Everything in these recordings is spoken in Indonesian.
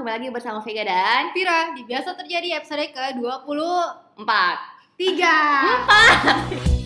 kembali lagi bersama Vega dan Vira di Biasa Terjadi episode ke-24 4.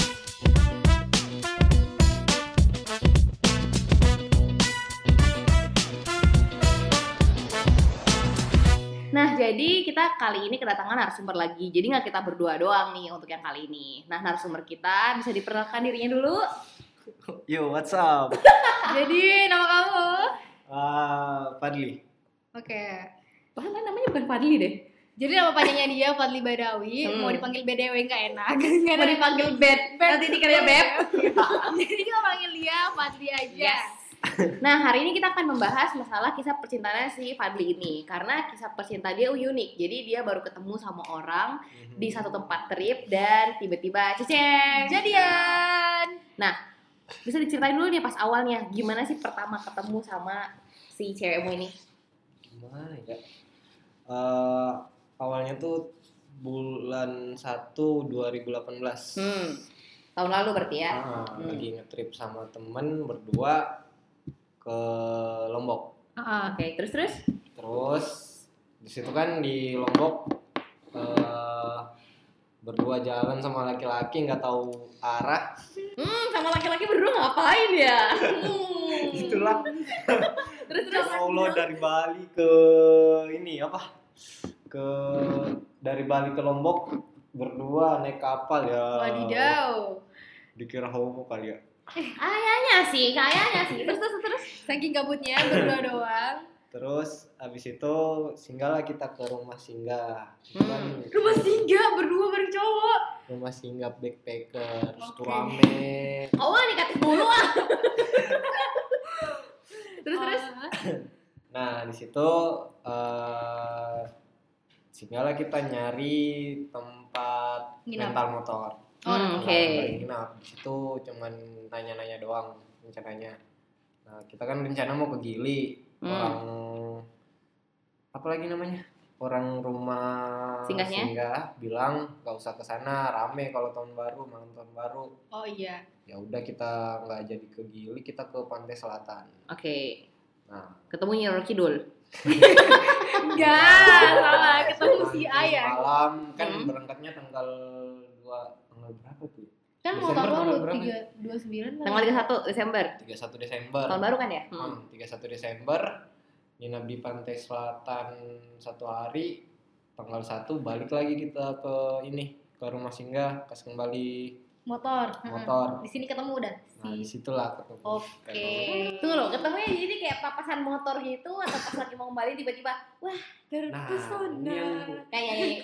Nah, jadi kita kali ini kedatangan narasumber lagi. Jadi nggak kita berdua doang nih untuk yang kali ini. Nah, narasumber kita bisa diperkenalkan dirinya dulu. Yo, what's up? Jadi nama kamu? Fadli. Oke. Bahkan namanya bukan Fadli deh. Jadi nama panjangnya dia Fadli Badawi. Mau dipanggil BDW nggak enak. Mau dipanggil Beb. Nanti dikira Beb. Jadi kita panggil dia Fadli aja. Yes. Nah, hari ini kita akan membahas masalah kisah percintaannya si Fadli ini. Karena kisah percintaan dia unik. Jadi dia baru ketemu sama orang di satu tempat trip dan tiba-tiba ceceng jadian. Nah, bisa diceritain dulu nih pas awalnya gimana sih pertama ketemu sama si cewekmu ini? Gimana ya? Awalnya tuh bulan 1 2018. Tahun lalu berarti ya? Lagi ngetrip sama temen berdua ke Lombok. Oke, terus? Terus di situ kan di Lombok berdua jalan sama laki-laki nggak tahu arah. Sama laki-laki berdua ngapain ya? Itulah. Terus. Allah dari Bali ke ini apa? Dari Bali ke Lombok berdua naik kapal ya. Wadidaw. Dikira homo kali ya. Kayaknya sih. Terus. Saking kabutnya berdua doang. Terus abis itu singgahlah kita ke rumah singgah. Kan Rumah singgah berdua bareng cowok. rumah singgah backpacker, Oke. rame. Negatif mulu ah. Terus. Nah di situ singgahlah kita nyari tempat Nginap. rental motor. Oke. Nggak nginap. Di situ cuman nanya-nanya doang rencananya. Nah kita kan rencana mau ke Gili. Orang apa lagi namanya? Orang rumah Singgahnya? singgah bilang gak usah ke sana, rame kalau tahun baru, malam tahun baru. Oh iya. Ya udah kita nggak jadi ke Gili, kita ke Pantai Selatan. Oke. Nah, Ketemu Nyi Roro Kidul. Enggak, salah. Ketemu si nanti Ayah. malam kan berangkatnya tanggal berapa tuh? Kan mau Desember tahu lu tanggal berapa? 29 kan? Tanggal 31 Desember. 31 Desember. Tahun baru kan ya? 31 Desember nginap di Pantai Selatan 1 hari. Tanggal 1 balik lagi kita ke rumah singgah, kas kembali Motor. motor. Di sini ketemu udah. Nah, disitulah ketemu. Oke. Tunggu loh, ketemunya jadi kayak papasan motor gitu atau pas lagi mau kembali tiba-tiba wah Nah, Terpesona. ini yang kayak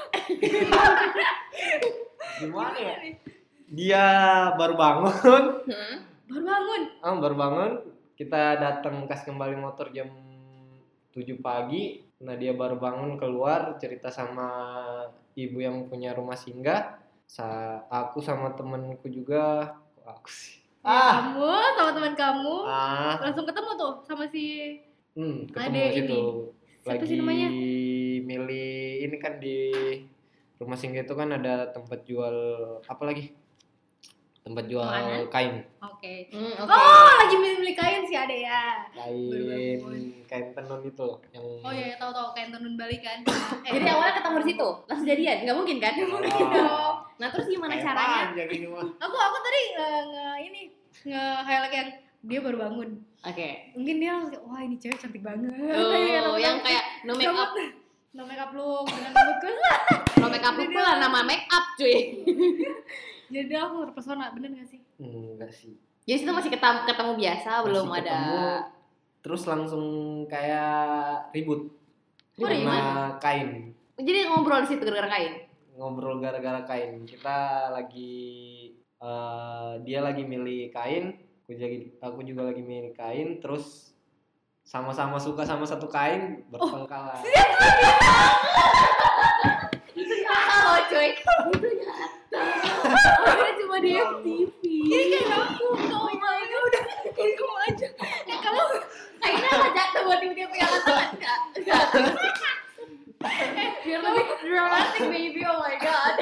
gimana ya? Dia baru bangun. Baru bangun. Kita datang kas kembali motor jam 7 pagi. Nah dia baru bangun keluar cerita sama ibu yang punya rumah singgah. Aku sama temenku juga. Aku sih. Kamu sama teman kamu langsung ketemu tuh sama si Ketemu Ade situ. ini. Siapa Lagi sih namanya? milih ini kan di rumah singgah itu kan ada tempat jual apa lagi? Tempat jual Makanan? kain. Oke. oke. Oh, lagi milih kain si Ade ya. Kain tenun itu yang Oh iya, tahu kain tenun Bali kan. Jadi awalnya ketemu di situ, langsung jadian, nggak mungkin kan? Mungkin dong. Nah terus gimana kayak caranya? panjang ini mah. Aku tadi nge-highlight yang dia baru bangun. Oke. Mungkin dia langsung wah ini cewek cantik banget. Oh, yang kayak no make up, no make up look dengan rambutku. no make up itu lah nama make up cuy. Jadi aku terpesona, bener gak sih? Enggak sih. Jadi situ masih ketemu biasa, belum Masih ada. ketemu, terus langsung kayak ribut. Ribut Karena kain. Jadi ngobrol di situ gara-gara kain. Ngobrol gara-gara kain. Kita lagi dia lagi milih kain, aku juga lagi milih kain, terus sama-sama suka sama satu kain, berpengkalan. Itu nyata loh cuy. Itu nyata. Ada cuma di FTV. Ini kayak aku, oh my god, udah kamu aja. Kamu Kayaknya apa jatuh buat tiba-tiba pegangan tangan enggak? Biar lebih dramatic baby, oh my god.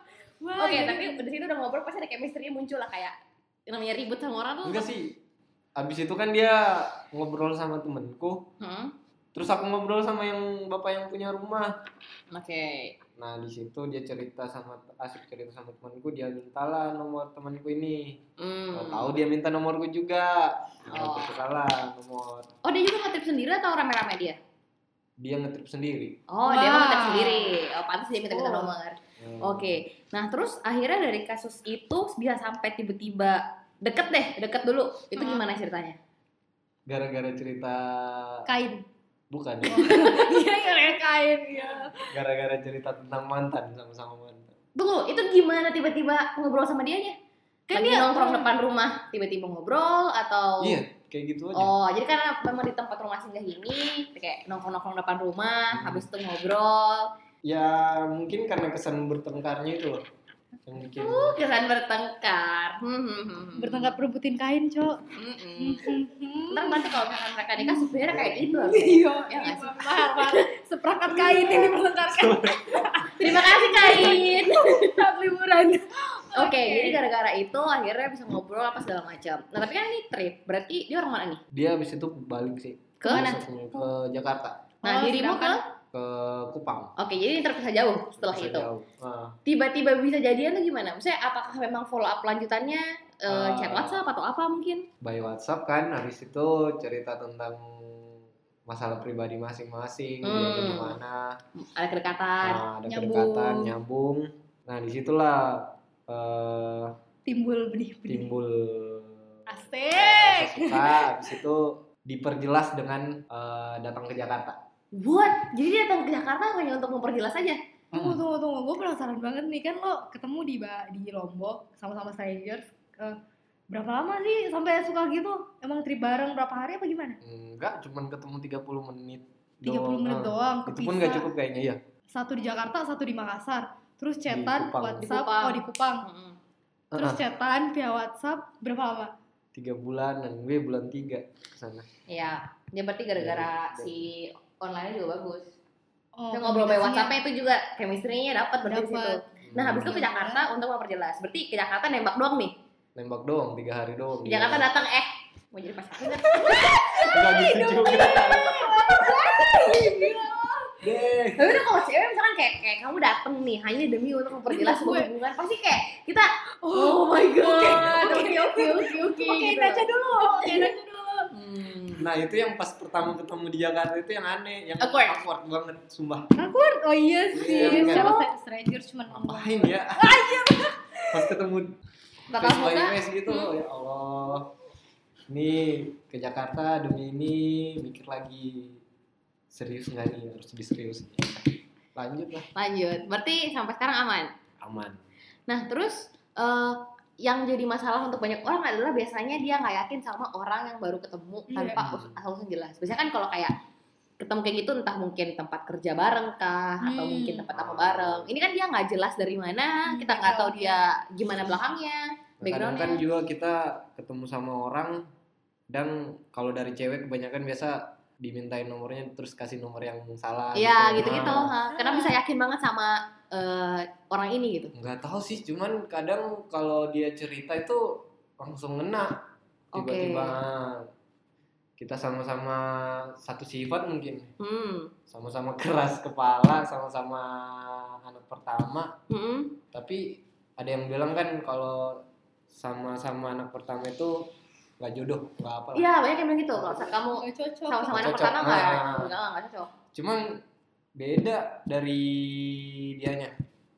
Wah, Oke, jadi- tapi di situ udah ngobrol pasti ada chemistry muncul lah kayak yang namanya ribut sama orang tuh. Enggak sih. abis itu kan dia ngobrol sama temenku, Hmm? terus aku ngobrol sama yang bapak yang punya rumah. Oke. Nah di situ dia asik cerita sama temanku, dia mintalah nomor temanku ini. Tahu dia minta nomorku juga. Nah, Oh. aku kalah nomor. Oh, dia juga ngetrip sendiri atau rame-rame dia? Dia ngetrip sendiri. Oh, dia mau Wah. ngetrip sendiri. Oh, pantas dia minta-minta Oh. nomor. Oke. Nah, terus akhirnya dari kasus itu bisa sampai tiba-tiba deket dulu. Itu gimana ceritanya? Gara-gara cerita Kain. bukan. Iya, kayak kain ya. Gara-gara cerita tentang mantan sama mantan. Tunggu, itu gimana tiba-tiba ngobrol sama dianya? Kan Lagi dia- nongkrong depan rumah, tiba-tiba ngobrol atau? Iya, kayak gitu aja. Oh, jadi karena memang di tempat rumah singgah ini kayak nongkrong-nongkrong depan rumah, habis itu ngobrol. Ya mungkin karena kesan bertengkarnya itu loh. Yang bikin Kesan bertengkar. Bertengkar perebutin kain, Cok. Ntar nanti kalau misalkan mereka nikah sebenarnya kayak itu. Iya, Ya nggak sih? mahal. Seperangkat kain yang dipertengkarkan Terima kasih Kain. saat liburan. Oke, jadi gara-gara itu akhirnya bisa ngobrol apa segala macam. Nah, tapi kan ini trip, berarti dia orang mana nih? dia habis itu balik sih. Ke mana? Ke Jakarta, Nah, Oh, dirimu ke? sedangkan- ke Kupang. Oke, jadi terpisah jauh setelah Bisa itu. jauh. Nah, Tiba-tiba bisa jadian tuh gimana? Maksudnya apakah memang follow up lanjutannya chat WhatsApp atau apa mungkin? by WhatsApp kan, habis itu cerita tentang masalah pribadi masing-masing, dia tuh gimana, Ada kedekatan. ada nyambung. kedekatan, nyambung. Nah disitulah Timbul benih-benih. timbul Asik. rasa suka. Habis itu diperjelas dengan datang ke Jakarta. What? Jadi dia datang ke Jakarta hanya untuk memperjelas aja? Tunggu. Gue penasaran banget nih, kan lo ketemu di Lombok sama-sama strangers. Berapa lama sih sampai suka gitu? Emang trip bareng berapa hari apa gimana? Enggak, cuman ketemu 30 menit 30 menit doang, Itu pun kepisah. nggak cukup kayaknya ya. Satu di Jakarta, satu di Makassar. Terus chatan Kupang. WhatsApp, Di Kupang. di Kupang. Terus chatan via WhatsApp berapa lama? 3 bulanan, gue bulan 3 kesana. Iya, dia berarti gara-gara si online juga bagus. Oh, Saya ngobrol by kombinasinya. WhatsApp itu juga chemistry-nya dapat berarti di situ. Dapat. Nah, habis itu ke Jakarta untuk memperjelas. Berarti ke Jakarta nembak doang nih. Nembak doang 3 hari doang. Di Jakarta datang mau jadi pacar enggak? Enggak gitu juga. Deh. Tapi udah kalau cewek misalkan kayak kamu dateng nih hanya demi untuk memperjelas sebuah hubungan, pasti kayak kita oh my god. Oke. Oke, gitu. baca dulu. Nah, itu yang pas pertama ketemu di Jakarta itu yang aneh, yang Awkward. banget, sumpah. Awkward. Oh iya sih. Iya, kan? Secara strangers cuma Ngapain ya? Pas ketemu Tatap face by muka. face gitu, ya Allah. Nih ke Jakarta demi ini, mikir lagi serius nggak nih, harus diserius. Lanjut lah, Lanjut. Berarti sampai sekarang aman. aman. Nah, terus yang jadi masalah untuk banyak orang adalah biasanya dia nggak yakin sama orang yang baru ketemu tanpa asal-usul jelas. Biasanya kan kalau kayak ketemu kayak gitu entah mungkin tempat kerja bareng kah atau mungkin tempat apa bareng. Ini kan dia nggak jelas dari mana, kita nggak tahu dia gimana belakangnya, Kadang backgroundnya. kan juga kita ketemu sama orang dan kalau dari cewek kebanyakan biasa dimintain nomornya terus kasih nomor yang salah. Iya gitu. gitu-gitu. Nah, Karena bisa yakin banget sama orang ini gitu. nggak tahu sih, cuman kadang kalau dia cerita itu langsung ngena. Tiba-tiba kita sama-sama satu sifat mungkin, sama-sama keras kepala, sama-sama anak pertama. Tapi ada yang bilang kan kalau sama-sama anak pertama itu nggak jodoh, nggak apa lah. Iya banyak yang bilang gitu. Kalau kamu Nggak cocok. sama-sama anak Cocok. pertama Nah. nggak cocok. Cuman beda dari dianya.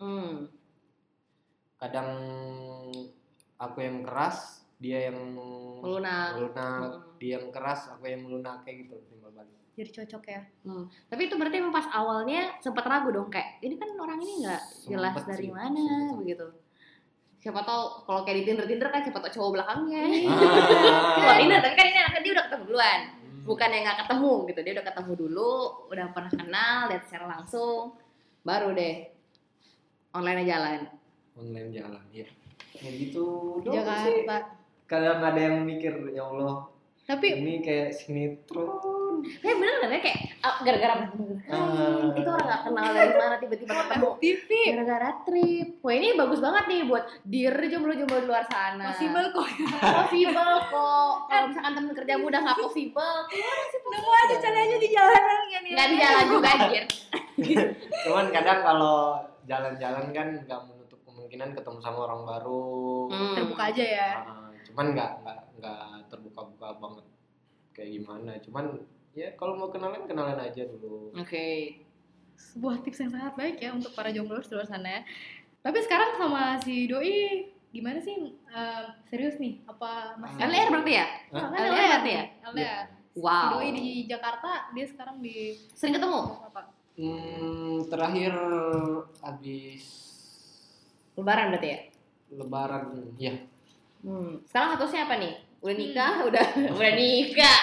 Kadang aku yang keras, dia yang Melunak. Dia yang keras, aku yang melunak, kayak gitu timbal balik. Jadi cocok ya. Tapi itu berarti emang pas awalnya sempat ragu dong kayak ini kan orang ini nggak jelas Sempet dari sih, mana sempet. begitu. Siapa tahu kalau kayak di Tinder kan siapa tahu cowok belakangnya. Ah. Kalau Tinder tapi kan ini anaknya dia udah ketemu duluan. Bukan yang nggak ketemu gitu, dia udah ketemu dulu, udah pernah kenal, lihat secara langsung, baru deh online jalan. Online jalan, ya. Kayak gitu Di doang sih. Jakarta. Kadang ada yang mikir, ya Allah, Tapi ini kayak sinetron Kayak bener kan ya kayak gara-gara itu orang nggak kenal dari mana tiba-tiba ketemu TV. gara-gara trip. Wah ini bagus banget nih buat dir jomblo-jomblo di luar sana. Possible kok. Possible kok. Kalau misalkan temen kerjamu udah nggak possible, Nemu aja cari aja di jalanan kan ya. nggak di jalan juga anjir. Cuman kadang kalau jalan-jalan kan nggak menutup kemungkinan ketemu sama orang baru. Terbuka aja ya. Cuman nggak terbuka-buka banget kayak gimana. Cuman ya kalau mau kenalan aja dulu. Oke. Sebuah tips yang sangat baik ya untuk para jomblo di luar sana ya. Tapi sekarang sama si Doi gimana sih? Serius nih? Apa masih LDR berarti ya? Hah? LDR berarti ya? LDR. Si Wow. Doi di Jakarta, dia sekarang di Sering ketemu? apa? Terakhir habis Lebaran berarti ya? Lebaran ya. Sekarang statusnya apa nih? Udah nikah? Udah nikah.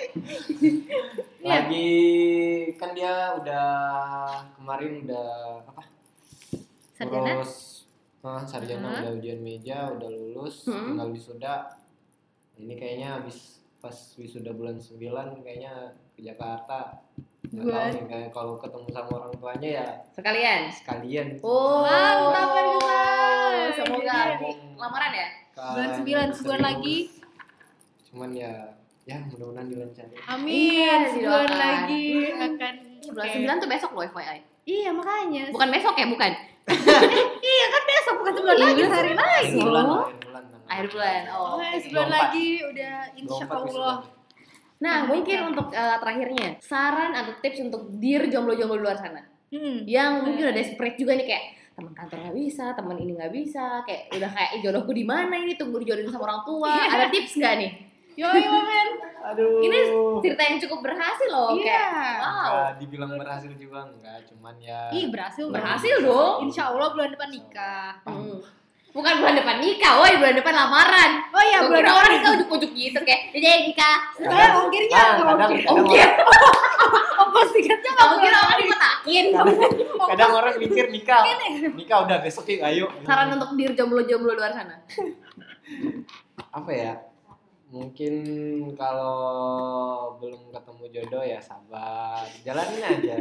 Lagi kan dia udah kemarin udah apa? Sarjana? Terus sarjana udah ujian meja, udah lulus, tinggal wisuda. Ini kayaknya habis pas wisuda bulan 9 kayaknya ke Jakarta. Nggak tahu nih kayak kalau ketemu sama orang tuanya ya sekalian. Oh, mantap kan bisa. Semoga lamaran ya? Bulan 9 sebulan lagi. Cuman ya mudah-mudahan dilancarin. Amin. Iya, Sebulan didoakan. lagi akan Bulan 9 tuh besok loh FYI. Iya makanya. Bukan besok ya, bukan? Iya kan besok bukan sebulan lagi, sehari lagi. Akhir bulan. Akhir bulan. Oh. Oke, sebulan 24. lagi udah insya 24 wisuda. Allah. Nah, mungkin untuk terakhirnya, saran atau tips untuk dir jomblo-jomblo di luar sana. Yang mungkin udah desperate juga nih kayak teman kantor nggak bisa, teman ini nggak bisa, kayak udah kayak jodohku di mana ini, tunggu dijodohin sama orang tua. Ada tips nggak nih? Yo men. Aduh. Ini cerita yang cukup berhasil loh. Iya. Kayak, wow. Nggak dibilang berhasil juga enggak, cuman ya Ih berhasil Berhasil dong. Insya Allah bulan depan nikah. Bukan bulan depan nikah, woi bulan depan lamaran. Oh iya Gua bulan kira depan. orang nikah ujuk-ujuk gitu kayak jadi nikah. Ongkirnya Ongkir. ongkos tiketnya nggak Kamu kira orang dimatakin. kadang orang mikir nikah udah besok yuk ayo. Saran untuk dir jomblo-jomblo luar sana. Apa ya? Mungkin kalau belum ketemu jodoh ya sabar, jalanin aja.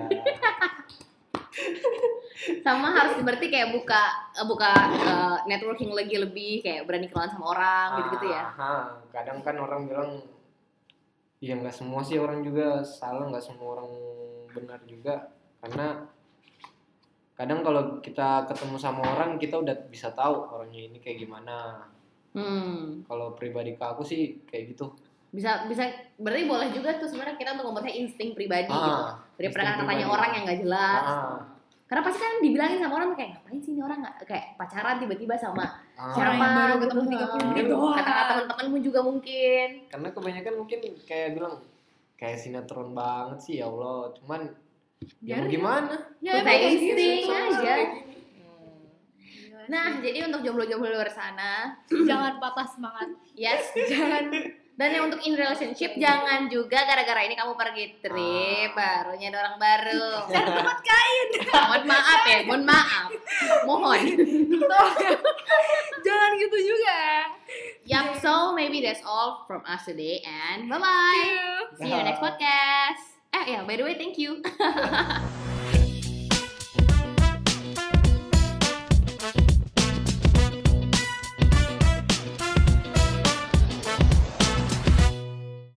Sama harus berarti kayak buka networking lagi lebih kayak berani kenalan sama orang gitu-gitu ya. Kadang kan orang bilang ya nggak semua sih orang juga salah, nggak semua orang benar juga, karena kadang kalau kita ketemu sama orang kita udah bisa tahu orangnya ini kayak gimana. Kalau pribadi ke aku sih kayak gitu. Bisa berarti boleh juga tuh sebenarnya kita untuk mempercayai insting pribadi gitu. Daripada katanya orang yang nggak jelas. Karena pasti kan dibilangin sama orang kayak ngapain sih ini orang nggak kayak pacaran tiba-tiba sama Orang yang baru ketemu 30 menit doang. Kata-kata teman-temanmu juga mungkin. Karena kebanyakan mungkin kayak bilang kayak sinetron banget sih ya Allah. Cuman ya mau gimana? Ya Percaya emang kayak insting gitu. aja. Nah, jadi untuk jomblo-jomblo luar sana, Jangan patah semangat. yes, jangan. Dan yang untuk in relationship, jangan juga gara-gara ini kamu pergi trip, barunya ada orang baru. Cari tempat kain. Mohon maaf ya, mohon maaf. Mohon. Jangan gitu juga. Yup, so maybe that's all from us today and bye-bye. See you in the next podcast. Yeah, by the way, thank you.